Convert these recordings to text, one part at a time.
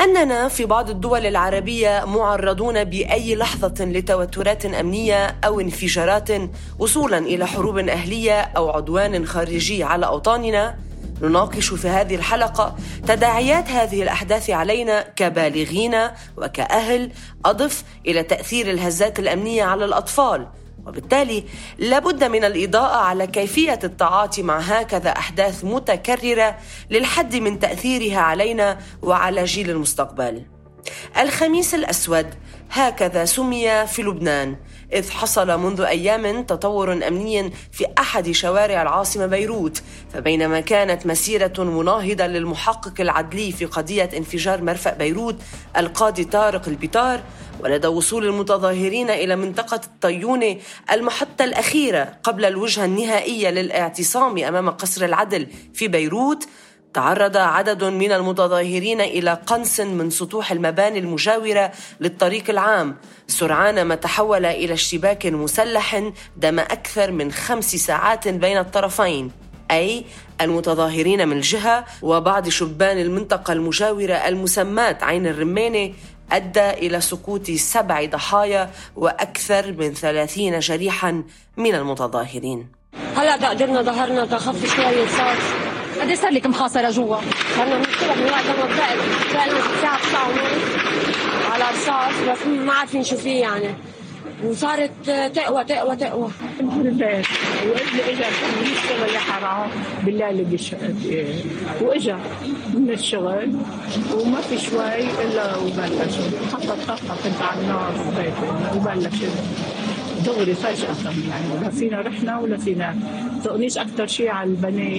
أننا في بعض الدول العربية معرضون بأي لحظة لتوترات أمنية أو انفجارات وصولاً إلى حروب أهلية أو عدوان خارجي على أوطاننا. نناقش في هذه الحلقة تداعيات هذه الأحداث علينا كبالغين وكأهل، أضف إلى تأثير الهزات الأمنية على الأطفال، وبالتالي لابد من الإضاءة على كيفية التعاطي مع هكذا أحداث متكررة للحد من تأثيرها علينا وعلى جيل المستقبل. الخميس الأسود هكذا سمي في لبنان، إذ حصل منذ أيام تطور أمني في أحد شوارع العاصمة بيروت. فبينما كانت مسيرة مناهضة للمحقق العدلي في قضية انفجار مرفأ بيروت القاضي طارق البيطار، ولدى وصول المتظاهرين إلى منطقة الطيونة المحطة الأخيرة قبل الوجهة النهائية للاعتصام أمام قصر العدل في بيروت، تعرض عدد من المتظاهرين إلى قنص من سطوح المباني المجاورة للطريق العام، سرعان ما تحول إلى اشتباك مسلح دام أكثر من 5 ساعات بين الطرفين، أي المتظاهرين من جهة وبعض شبان المنطقة المجاورة المسماة عين الرمانة، أدى إلى سقوط 7 ضحايا وأكثر من 30 جريحا من المتظاهرين. هلا قدرنا ظهرنا تخف شوية صار. قد صار لك محاصرة جوا؟ صرنا مشكلة من وقت ما بقينا الساعة 9:30 على رصاص، بس ما عارفين شو فيه يعني، وصارت تقوى. البيت واللي اجى من الشغل يا حرام بالله اللي بيشتغل واجى من الشغل وما في شوي الا وبلش خطط كنت على النار في بيتي وبلش دغري فجأة يعني، لا فينا رحنا ولا فينا تقنيش أكتر شيء على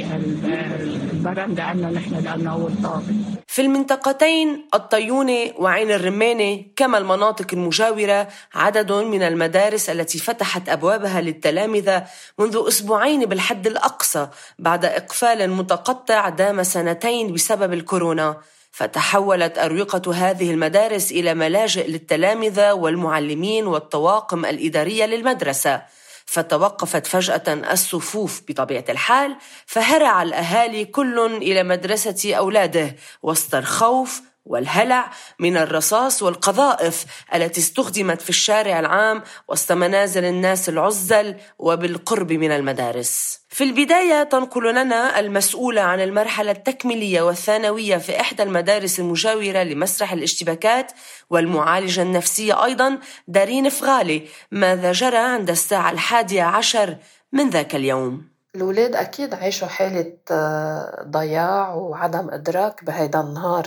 البرندة عنا نحن لأنه هو الطابق. في المنطقتين الطيونة وعين الرمانة كما المناطق المجاورة عدد من المدارس التي فتحت أبوابها للتلامذة منذ 2 أسبوع بالحد الأقصى بعد إقفال متقطع دام 2 بسبب الكورونا. فتحولت أروقة هذه المدارس إلى ملاجئ للتلامذة والمعلمين والطواقم الإدارية للمدرسة، فتوقفت فجأة الصفوف بطبيعة الحال، فهرع الأهالي كل إلى مدرسة أولاده وسط الخوف والهلع من الرصاص والقذائف التي استخدمت في الشارع العام وسط منازل الناس العزل وبالقرب من المدارس. في البداية تنقل لنا المسؤولة عن المرحلة التكميلية والثانوية في إحدى المدارس المجاورة لمسرح الاشتباكات والمعالجة النفسية أيضا دارين فغالي ماذا جرى عند الساعة 11 من ذاك اليوم. الأولاد أكيد عيشوا حالة ضياع وعدم إدراك بهيدا النهار،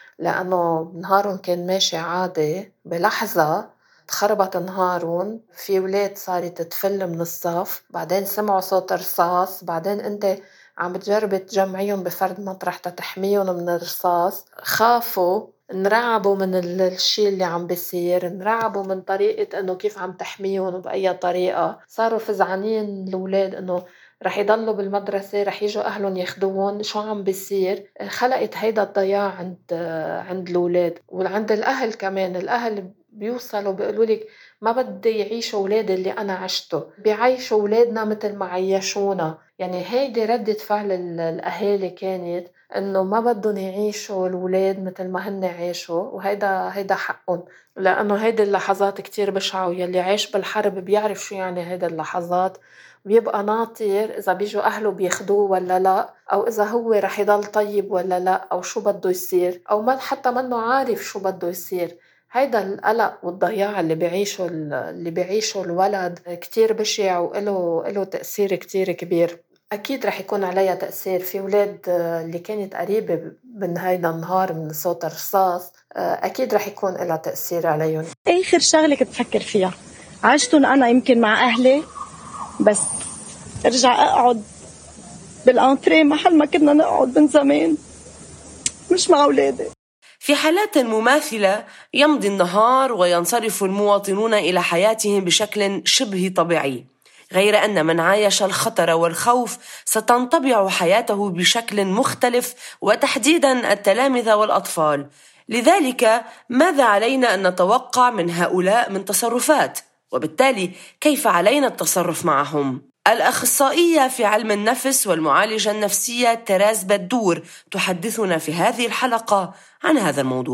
لأنه نهارهم كان ماشي عادي، بلحظة تخربت نهارهم. في ولاد صارت تفل من الصف، بعدين سمعوا صوت رصاص، بعدين أنت عم بتجرب تجمعيهم بفرد مطرح تحميهم من الرصاص، خافوا، انرعبوا من الشيء اللي عم بيصير، انرعبوا من طريقة أنه كيف عم تحميهم بأي طريقة، صاروا فزعانين الأولاد أنه رح يضلوا بالمدرسة، رح يجوا أهلهم ياخدوهم، شو عم بيصير. خلقت هيدا الضياع عند الأولاد وعند الأهل كمان. الأهل بيوصلوا بيقولوا لك ما بدي يعيشوا أولادي اللي أنا عشته، بيعيشوا أولادنا مثل ما عيشونا. يعني هيدي ردة فعل الأهالي كانت إنه ما بدهم يعيشوا الأولاد مثل ما هن عاشوا، وهيدا حقهم، لأنه هيدي اللحظات كتير بشعة، ويلي عايش بالحرب بيعرف شو يعني هيدي اللحظات. بيبقى ناطر إذا بيجوا أهله بياخدوه ولا لا، أو إذا هو رح يضل طيب ولا لا، أو شو بده يصير، أو ما حتى منه عارف شو بده يصير. هيدا القلق والضياع اللي بيعيشه الولد كتير بشع وله تأثير كتير كبير. أكيد رح يكون عليها تأثير. في ولاد اللي كانت قريبة من هيدا النهار من صوت الرصاص أكيد رح يكون لها تأثير عليهم. آخر شغلة كنت بفكر فيها عشتن أنا يمكن مع أهلي، بس ارجع اقعد بالانتريه محل ما كنا نقعد من زمان، مش مع اولادي. في حالات مماثلة يمضي النهار وينصرف المواطنون إلى حياتهم بشكل شبه طبيعي، غير أن من عايش الخطر والخوف ستنطبع حياته بشكل مختلف، وتحديدا التلامذة والأطفال. لذلك ماذا علينا أن نتوقع من هؤلاء من تصرفات؟ وبالتالي كيف علينا التصرف معهم؟ الأخصائية في علم النفس والمعالجة النفسية تراز بدور تحدثنا في هذه الحلقة عن هذا الموضوع.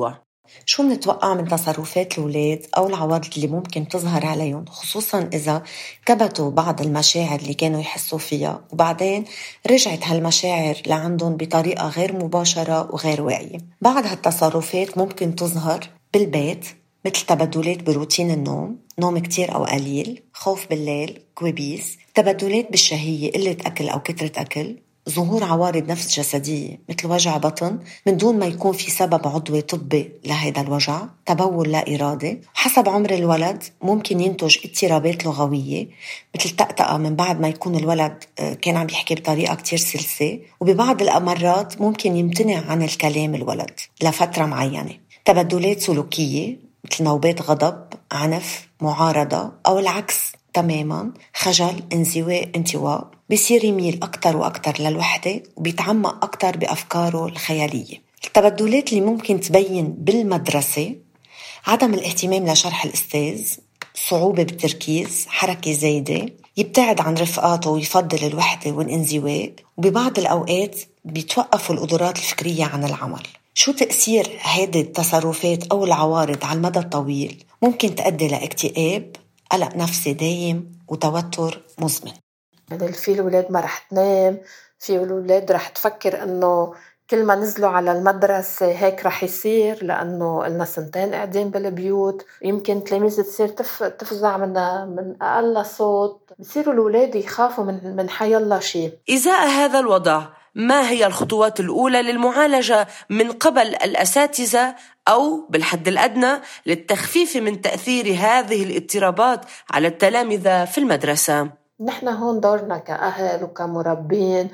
شو منتوقع من تصرفات الأولاد أو العوارض اللي ممكن تظهر عليهم، خصوصاً إذا كبتوا بعض المشاعر اللي كانوا يحسوا فيها وبعدين رجعت هالمشاعر لعندهم بطريقة غير مباشرة وغير واعية؟ بعض هالتصرفات ممكن تظهر بالبيت، مثل تبدلات بروتين النوم، نوم كتير أو قليل، خوف بالليل، كوابيس، تبدلات بالشهية، قلة أكل أو كترة أكل، ظهور عوارض نفس جسدية مثل وجع بطن من دون ما يكون في سبب عضوي طبي لهذا الوجع، تبول لا إرادي. حسب عمر الولد ممكن ينتج اضطرابات لغوية مثل تأتأة من بعد ما يكون الولد كان عم يحكي بطريقة كتير سلسة، وببعض الأمرات ممكن يمتنع عن الكلام الولد لفترة معينة. تبدلات سلوكية مثل نوبات غضب، عنف، معارضة، أو العكس تماماً، خجل، انزواء، انطواء، بيصير يميل أكتر وأكتر للوحدة وبيتعمق أكتر بأفكاره الخيالية. التبدلات اللي ممكن تبين بالمدرسة: عدم الاهتمام لشرح الأستاذ، صعوبة بالتركيز، حركة زايدة، يبتعد عن رفقاته ويفضل الوحدة والانزواء، وببعض الأوقات بيتوقفوا القدرات الفكرية عن العمل. شو تأثير هذه التصرفات أو العوارض على المدى الطويل؟ ممكن تؤدي لاكتئاب، قلق نفسي دايم، وتوتر مزمن. يعني في الولاد ما رح تنام، في الولاد رح تفكر انه كل ما نزلوا على المدرسة هيك رح يصير، لأنه قلنا سنتين قاعدين بالبيوت. يمكن تلاميذ تصير تفزع من أقل صوت، بصيروا الولاد يخافوا من حي الله شيء. إزاء هذا الوضع، ما هي الخطوات الأولى للمعالجة من قبل الأساتذة أو بالحد الأدنى للتخفيف من تأثير هذه الاضطرابات على التلامذة في المدرسة؟ نحن هون دورنا كأهل وكمربين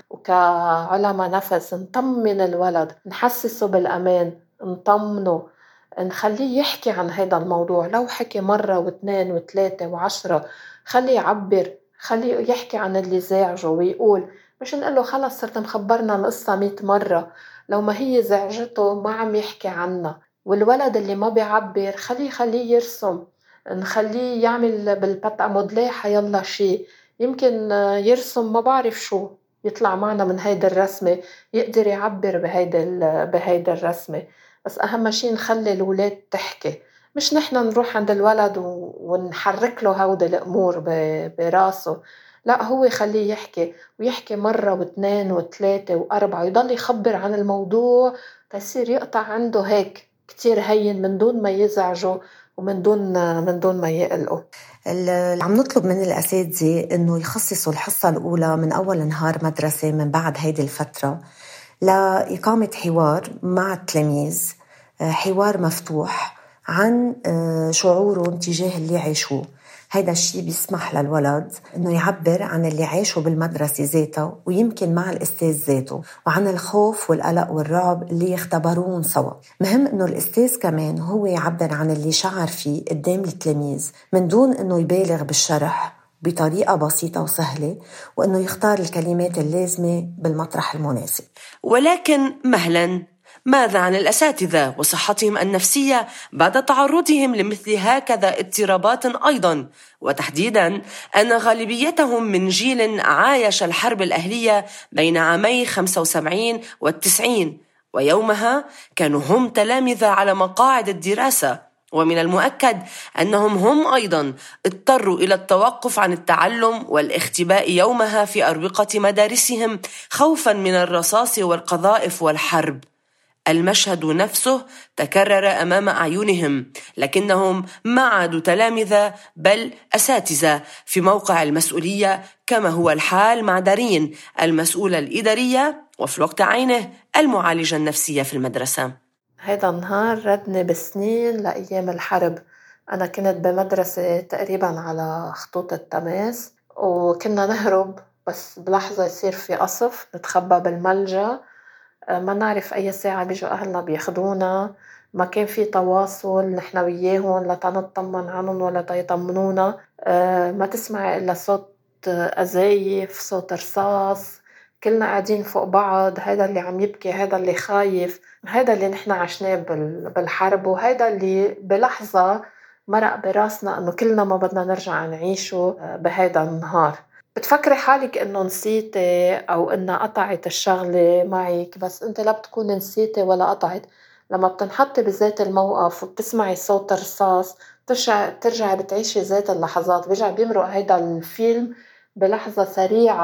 وكعلماء نفس نطمن الولد، نحسسه بالأمان، نطمنه، نخليه يحكي عن هذا الموضوع. لو حكي مرة واثنين وثلاثة وعشرة، خليه يعبر، خليه يحكي عن اللي زعجه ويقول، مش نقوله خلص صرت مخبرنا القصة 100 مرة. لو ما هي زعجته ما عم يحكي عنها. والولد اللي ما بيعبر خليه يرسم، نخليه يعمل بالبطاقة موديل حيالله شيء، يمكن يرسم ما بعرف شو يطلع معنا من هيدا الرسمة، يقدر يعبر بهيدا الرسمة. بس أهم شيء نخلي الولاد تحكي، مش نحن نروح عند الولد ونحرك له هودا الأمور براسه. لا، هو خليه يحكي، ويحكي مرة واثنين وثلاثة وأربعة، ويضل يخبر عن الموضوع تصير يقطع عنده هيك كتير هين من دون ما يزعجه ومن دون ما يقلقوا. اللي عم نطلب من الأساتذة إنه يخصصوا الحصة الأولى من أول نهار مدرسة من بعد هيدي الفترة لإقامة حوار مع التلاميذ، حوار مفتوح عن شعوره تجاه اللي عايشوه. هيدا الشيء بيسمح للولد إنه يعبر عن اللي عايشه بالمدرسة ذاته، ويمكن مع الأستاذ ذاته، وعن الخوف والقلق والرعب اللي يختبرون سوا. مهم إنه الأستاذ كمان هو يعبر عن اللي شعر فيه قدام التلاميذ من دون إنه يبالغ بالشرح، بطريقة بسيطة وسهلة، وإنه يختار الكلمات اللازمة بالمطرح المناسب. ولكن مهلا، ماذا عن الأساتذة وصحتهم النفسية بعد تعرضهم لمثل هكذا اضطرابات أيضا، وتحديدا أن غالبيتهم من جيل عايش الحرب الأهلية بين عامي 75 و90، ويومها كانوا هم تلامذة على مقاعد الدراسة، ومن المؤكد أنهم هم أيضا اضطروا إلى التوقف عن التعلم والاختباء يومها في أروقة مدارسهم خوفا من الرصاص والقذائف والحرب. المشهد نفسه تكرر أمام أعينهم، لكنهم ما عادوا تلامذة بل أساتذة في موقع المسؤولية، كما هو الحال مع دارين المسؤولة الإدارية وفي الوقت عينه المعالجة النفسية في المدرسة. هذا النهار ردني بسنين لأيام الحرب. أنا كنت بمدرسة تقريبا على خطوط التماس، وكنا نهرب بس بلحظة يصير في قصف نتخبى بالملجأ، ما نعرف أي ساعة بيجوا أهلنا بياخدونا. ما كان في تواصل نحن وياهم لا تنطمن عنهم ولا تيطمنونا. ما تسمع إلا صوت أزايف، صوت رصاص، كلنا قاعدين فوق بعض، هذا اللي عم يبكي، هذا اللي خايف. هذا اللي نحن عشناه بالحرب، وهذا اللي بلحظة مرق براسنا أنه كلنا ما بدنا نرجع نعيشه بهذا النهار. بتفكري حالك إنه نسيتي أو إنها قطعت الشغلة معك، بس أنت لا بتكون نسيتي ولا قطعت، لما بتنحطي بذات الموقف وبتسمعي صوت الرصاص ترجع بتعيشي ذات اللحظات، بيرجع بيمرق هيدا الفيلم بلحظة سريعة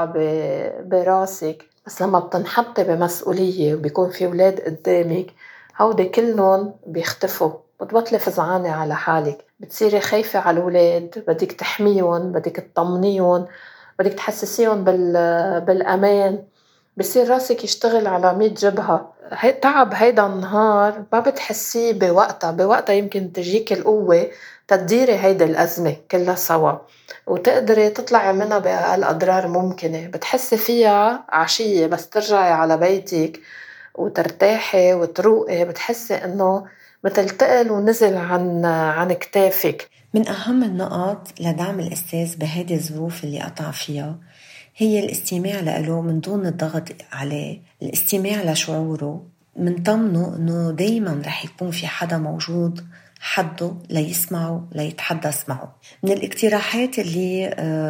براسك. بس لما بتنحطي بمسؤولية وبيكون في أولاد قدامك هودي كلهم بيختفوا، بتبطلي فزعانة على حالك، بتصيري خايفة على الأولاد، بدك تحميهم، بدك تطمنيهم، بدك تحسسيهم بالأمان. بصير راسك يشتغل على 100 جبهة. تعب هيدا النهار ما بتحسيه بوقتها يمكن تجيك القوة تديري هيدا الأزمة كلها سوا وتقدري تطلعي منها بأقل أضرار ممكنة. بتحسي فيها عشية بس ترجعي على بيتك وترتاحي وتروقي، بتحسي إنه مثل تقل ونزل عن كتافك. من أهم النقط لدعم الأستاذ بهذه الظروف اللي قطع فيها هي الاستماع له من دون الضغط عليه، الاستماع لشعوره، منطمنه أنه دايما رح يكون في حدا موجود حده ليسمعه ليتحدث معه. من الاقتراحات اللي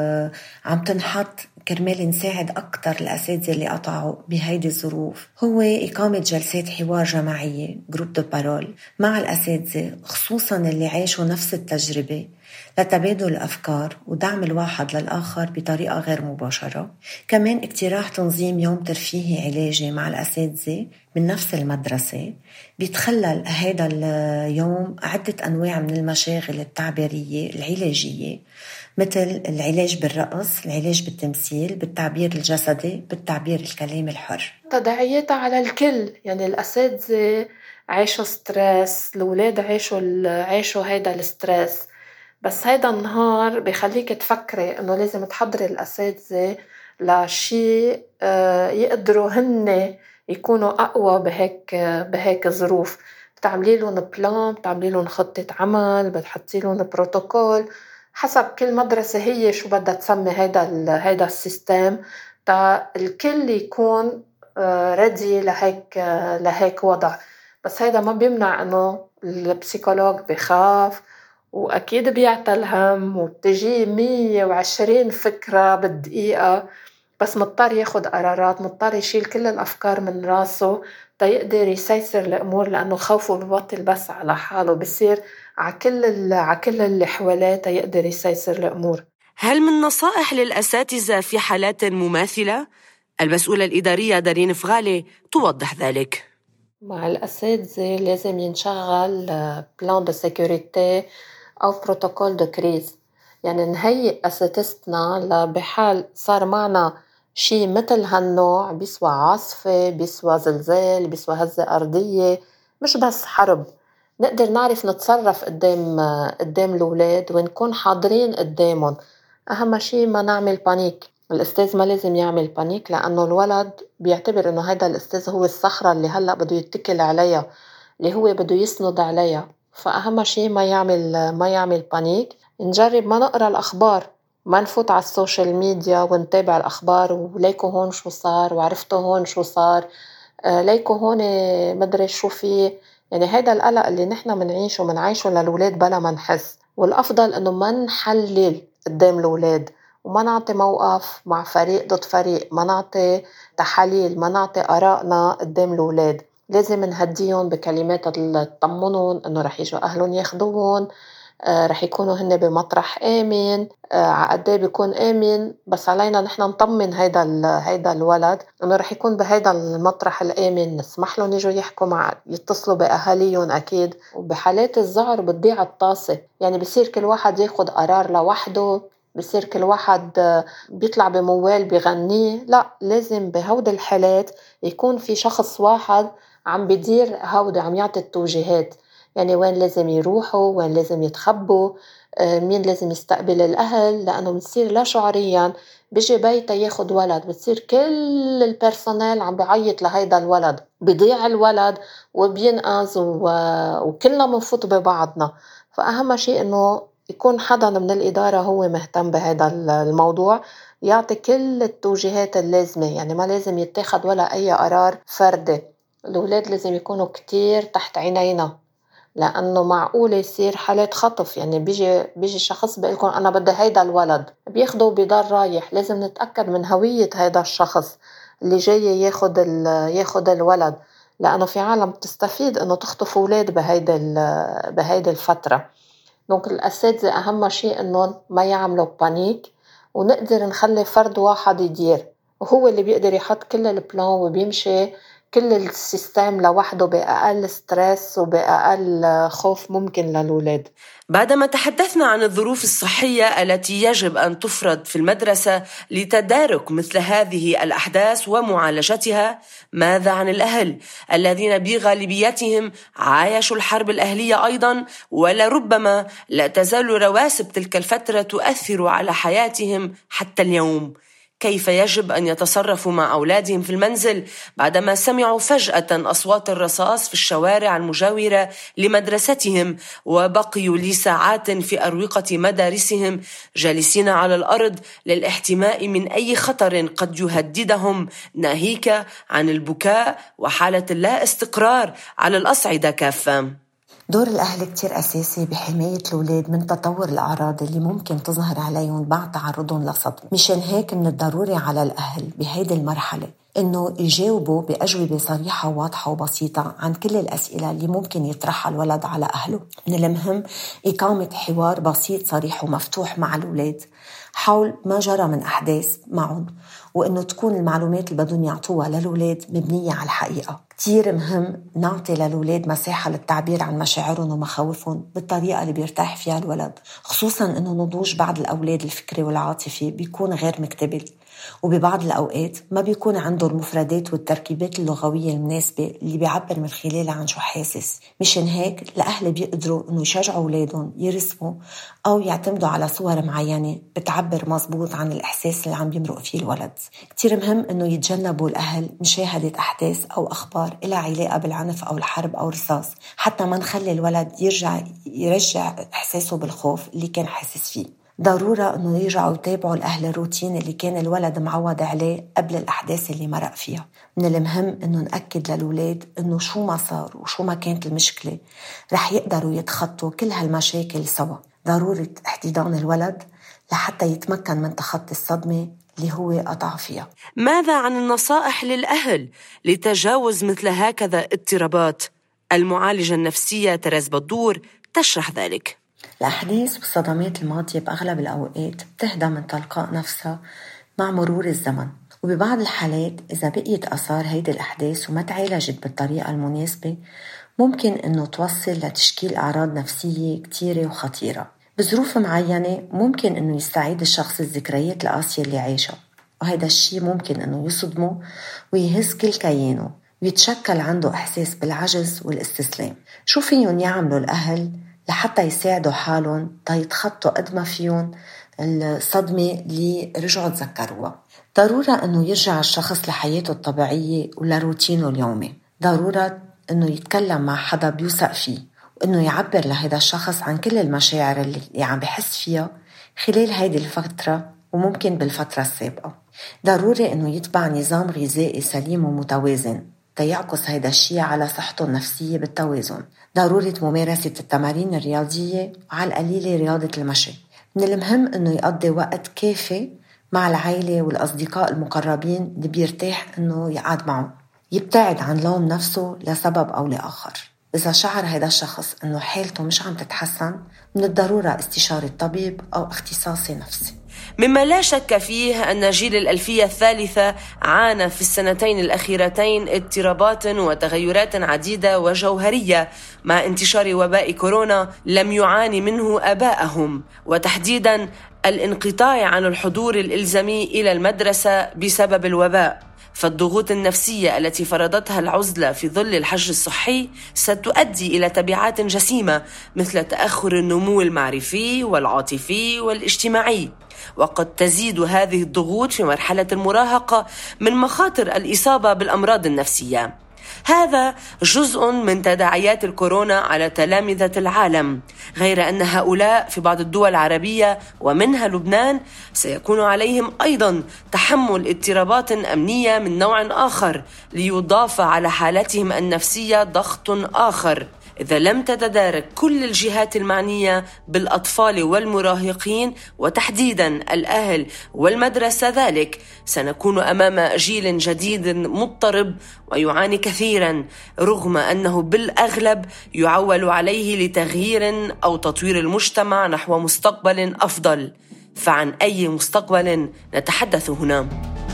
عم تنحط كرمال نساعد أكتر الأساتذة اللي قطعوا بهيدي الظروف هو إقامة جلسات حوار جماعية جروب دو بارول مع الأساتذة، خصوصا اللي عاشوا نفس التجربة، لتبادل الأفكار ودعم الواحد للآخر بطريقة غير مباشرة. كمان اقتراح تنظيم يوم ترفيهي علاجي مع الأساتذة من نفس المدرسة، بيتخلل هذا اليوم عدة أنواع من المشاغل التعبيرية العلاجية، مثل العلاج بالرقص، العلاج بالتمثيل، بالتعبير الجسدي، بالتعبير الكلامي الحر. تداعياتها على الكل، يعني الأساتذة عاشوا ستريس، الأولاد عاشوا هيدا الستريس. بس هيدا النهار بيخليك تفكري إنه لازم تحضري الأساتذة لشيء يقدروا هن يكونوا أقوى بهيك ظروف. بتعملي لهم بلان، بتعملي لهم خطة عمل، بتحطي لهم بروتوكول حسب كل مدرسة هي شو بدها تسمي هيدا السيستم تا الكل يكون ردي لهيك وضع. بس هيدا ما بيمنع إنه البسيكولوج بيخاف وأكيد بيعتل هم وبتجي 120 فكرة بالدقيقة، بس مضطر ياخد قرارات، مضطر يشيل كل الأفكار من راسه تا يقدر يسيسر الأمور، لأنه خوفه ببطل بس على حاله، بصير عكل اللي حواليه تا يقدر يسيسر الأمور. هل من نصائح للأساتذة في حالات مماثلة؟ المسؤولة الإدارية دارين فغالي توضح ذلك. مع الأساتذة لازم ينشغل بلان دو سيكوريتي أو بروتوكول دو كريز، يعني نهيئ أساتذتنا بحال صار معنا شي مثل هالنوع، بيسوى عاصفة، بيسوى زلزال، بيسوى هزة أرضية، مش بس حرب، نقدر نعرف نتصرف قدام الأولاد ونكون حاضرين قدامهم. أهم شي ما نعمل بانيك. الأستاذ ما لازم يعمل بانيك لأنه الولد بيعتبر إنه هذا الأستاذ هو الصخرة اللي هلأ بده يتكل عليها، اللي هو بده يسند عليها. فأهم شيء ما يعمل بانيك. نجرب ما نقرأ الأخبار، ما نفوت على السوشيال ميديا ونتابع الأخبار وليكو هون شو صار وعرفتوا هون شو صار، ليكو هون مدري شو فيه. يعني هذا القلق اللي نحن منعيشه للولاد بلا ما نحس. والأفضل إنه ما نحلل قدام الولاد وما نعطي موقف مع فريق ضد فريق، ما نعطي تحاليل، ما نعطي آرائنا قدام الولاد. لازم نهديهم بكلمات تطمنهم إنه رح يجوا أهلهم ياخدوهم، رح يكونوا هن بمطرح آمن. عقدي بيكون آمن، بس علينا نحن نطمن هيدا الولد إنه رح يكون بهيدا المطرح الآمن، نسمح لهم يجوا يتصلوا بأهاليهم أكيد. وبحالات الذعر بتضيع الطاسة، يعني بصير كل واحد ياخد قرار لوحده، بصير كل واحد بيطلع بموال بيغنيه. لا، لازم بهود الحالات يكون في شخص واحد عم بيدير عم يعطي التوجيهات، يعني وين لازم يروحوا، وين لازم يتخبوا، مين لازم يستقبل الأهل. لأنه بتصير لا شعوريا بيجي بيته ياخد ولد، بتصير كل البرسونال عم بيعيط لهيدا الولد، بيضيع الولد وبينقذ وكلنا منفوت ببعضنا. فأهم شيء إنه يكون حدا من الإدارة هو مهتم بهذا الموضوع، يعطي كل التوجيهات اللازمة، يعني ما لازم يتخذ ولا أي قرار فردي. الأولاد لازم يكونوا كتير تحت عينينا، لأنه معقول يصير حالات خطف، يعني بيجي شخص بيقولكم أنا بدي هيدا الولد، بياخده بيضل رايح. لازم نتأكد من هوية هيدا الشخص اللي جاي ياخد الولد، لأنه في عالم بتستفيد إنه تخطف أولاد بهيدا الفترة. دونك الأساتذة أهم شيء إنهم ما يعملوا بانيك، ونقدر نخلي فرد واحد يدير، وهو اللي بيقدر يحط كل البلان وبيمشي كل السيستم لوحده بأقل ستريس وبأقل خوف ممكن للأولاد. بعدما تحدثنا عن الظروف الصحية التي يجب أن تفرض في المدرسة لتدارك مثل هذه الأحداث ومعالجتها، ماذا عن الأهل الذين بغالبيتهم عايشوا الحرب الأهلية أيضا، ولربما لا تزال رواسب تلك الفترة تؤثر على حياتهم حتى اليوم؟ كيف يجب أن يتصرفوا مع أولادهم في المنزل بعدما سمعوا فجأة أصوات الرصاص في الشوارع المجاورة لمدرستهم، وبقيوا لساعات في أروقة مدارسهم جالسين على الأرض للاحتماء من أي خطر قد يهددهم، ناهيك عن البكاء وحالة اللا استقرار على الأصعدة كافة؟ دور الأهل كتير أساسي بحماية الأولاد من تطور الأعراض اللي ممكن تظهر عليهم بعد تعرضهم لصدمة. مشان هيك من الضروري على الأهل بهيدي المرحلة إنه يجاوبوا بأجوبة صريحة وواضحة وبسيطة عن كل الأسئلة اللي ممكن يطرحها الولد على أهله. من المهم إقامة حوار بسيط صريح ومفتوح مع الأولاد حول ما جرى من أحداث معهم، وإنه تكون المعلومات اللي بدهم يعطوها للأولاد مبنية على الحقيقة. كتير مهم نعطي للأولاد مساحة للتعبير عن مشاعرهم ومخاوفهم بالطريقة اللي بيرتاح فيها الولد، خصوصاً إنه نضوج بعض الأولاد الفكري والعاطفي بيكون غير مكتمل، وببعض الأوقات ما بيكون عنده المفردات والتركيبات اللغوية المناسبة اللي بيعبر من خلالها عن شو حاسس. مشان هيك الأهل بيقدروا إنه يشجعوا أولادهم يرسموا أو يعتمدوا على صور معينة بتعبر مزبوط عن الإحساس اللي عم بيمرق فيه الولد. كتير مهم إنه يتجنبوا الأهل مشاهدة أحداث أو أخبار إلها علاقة بالعنف أو الحرب أو الرصاص، حتى ما نخلي الولد يرجع إحساسه بالخوف اللي كان حاسس فيه. ضرورة إنه يرجعوا يتابعوا الأهل الروتين اللي كان الولد معود عليه قبل الأحداث اللي مرق فيها. من المهم إنه نأكد للولاد إنه شو ما صار وشو ما كانت المشكلة رح يقدروا يتخطوا كل هالمشاكل سوا. ضرورة احتضان الولد لحتى يتمكن من تخطي الصدمة اللي هو قطع فيها. ماذا عن النصائح للأهل لتجاوز مثل هكذا اضطرابات؟ المعالجة النفسية تريز بدور تشرح ذلك. الأحداث والصدمات الماضية بأغلب الأوقات بتهدى من تلقاء نفسها مع مرور الزمن، وببعض الحالات إذا بقيت أثار هيدي الأحداث وما تعالجت بالطريقة المناسبة ممكن إنه توصل لتشكيل أعراض نفسية كتيرة وخطيرة. بظروف معينة ممكن إنه يستعيد الشخص الذكريات القاسية اللي عايشها، وهذا الشيء ممكن إنه يصدمه ويهز كل كيانه ويتشكل عنده إحساس بالعجز والاستسلام. شو فيهم يعملوا الأهل لحتى يساعدوا حالهم يتخطوا قد ما فيهم الصدمة اللي رجعوا تذكروها؟ ضرورة أنه يرجع الشخص لحياته الطبيعية ولروتينه اليومي. ضرورة أنه يتكلم مع حدا بيوثق فيه، وأنه يعبر لهذا الشخص عن كل المشاعر اللي عم بحس فيها خلال هيدي الفترة وممكن بالفترة السابقة. ضروري أنه يتبع نظام غذائي سليم ومتوازن تيعكس هيدا الشيء على صحته النفسية بالتوازن. ضرورة ممارسة التمارين الرياضية وعلى القليلة رياضة المشي. من المهم أنه يقضي وقت كافي مع العائلة والأصدقاء المقربين اللي بيرتاح أنه يقعد معه. يبتعد عن لوم نفسه لسبب أو لآخر. إذا شعر هذا الشخص أنه حالته مش عم تتحسن من الضرورة استشارة طبيب أو اختصاصي نفسي. مما لا شك فيه أن جيل الألفية الثالثة عانى في السنتين الأخيرتين اضطرابات وتغيرات عديدة وجوهرية مع انتشار وباء كورونا لم يعاني منه آباءهم، وتحديدا الانقطاع عن الحضور الإلزامي إلى المدرسة بسبب الوباء. فالضغوط النفسية التي فرضتها العزلة في ظل الحجر الصحي ستؤدي إلى تبعات جسيمة مثل تأخر النمو المعرفي والعاطفي والاجتماعي، وقد تزيد هذه الضغوط في مرحلة المراهقة من مخاطر الإصابة بالأمراض النفسية. هذا جزء من تداعيات الكورونا على تلامذة العالم، غير أن هؤلاء في بعض الدول العربية ومنها لبنان سيكون عليهم أيضا تحمل اضطرابات أمنية من نوع آخر، ليضاف على حالتهم النفسية ضغط آخر إذا لم تتدارك كل الجهات المعنية بالأطفال والمراهقين وتحديدا الأهل والمدرسة ذلك، سنكون أمام جيل جديد مضطرب ويعاني كثيرا، رغم أنه بالأغلب يعول عليه لتغيير أو تطوير المجتمع نحو مستقبل أفضل. فعن أي مستقبل نتحدث هنا؟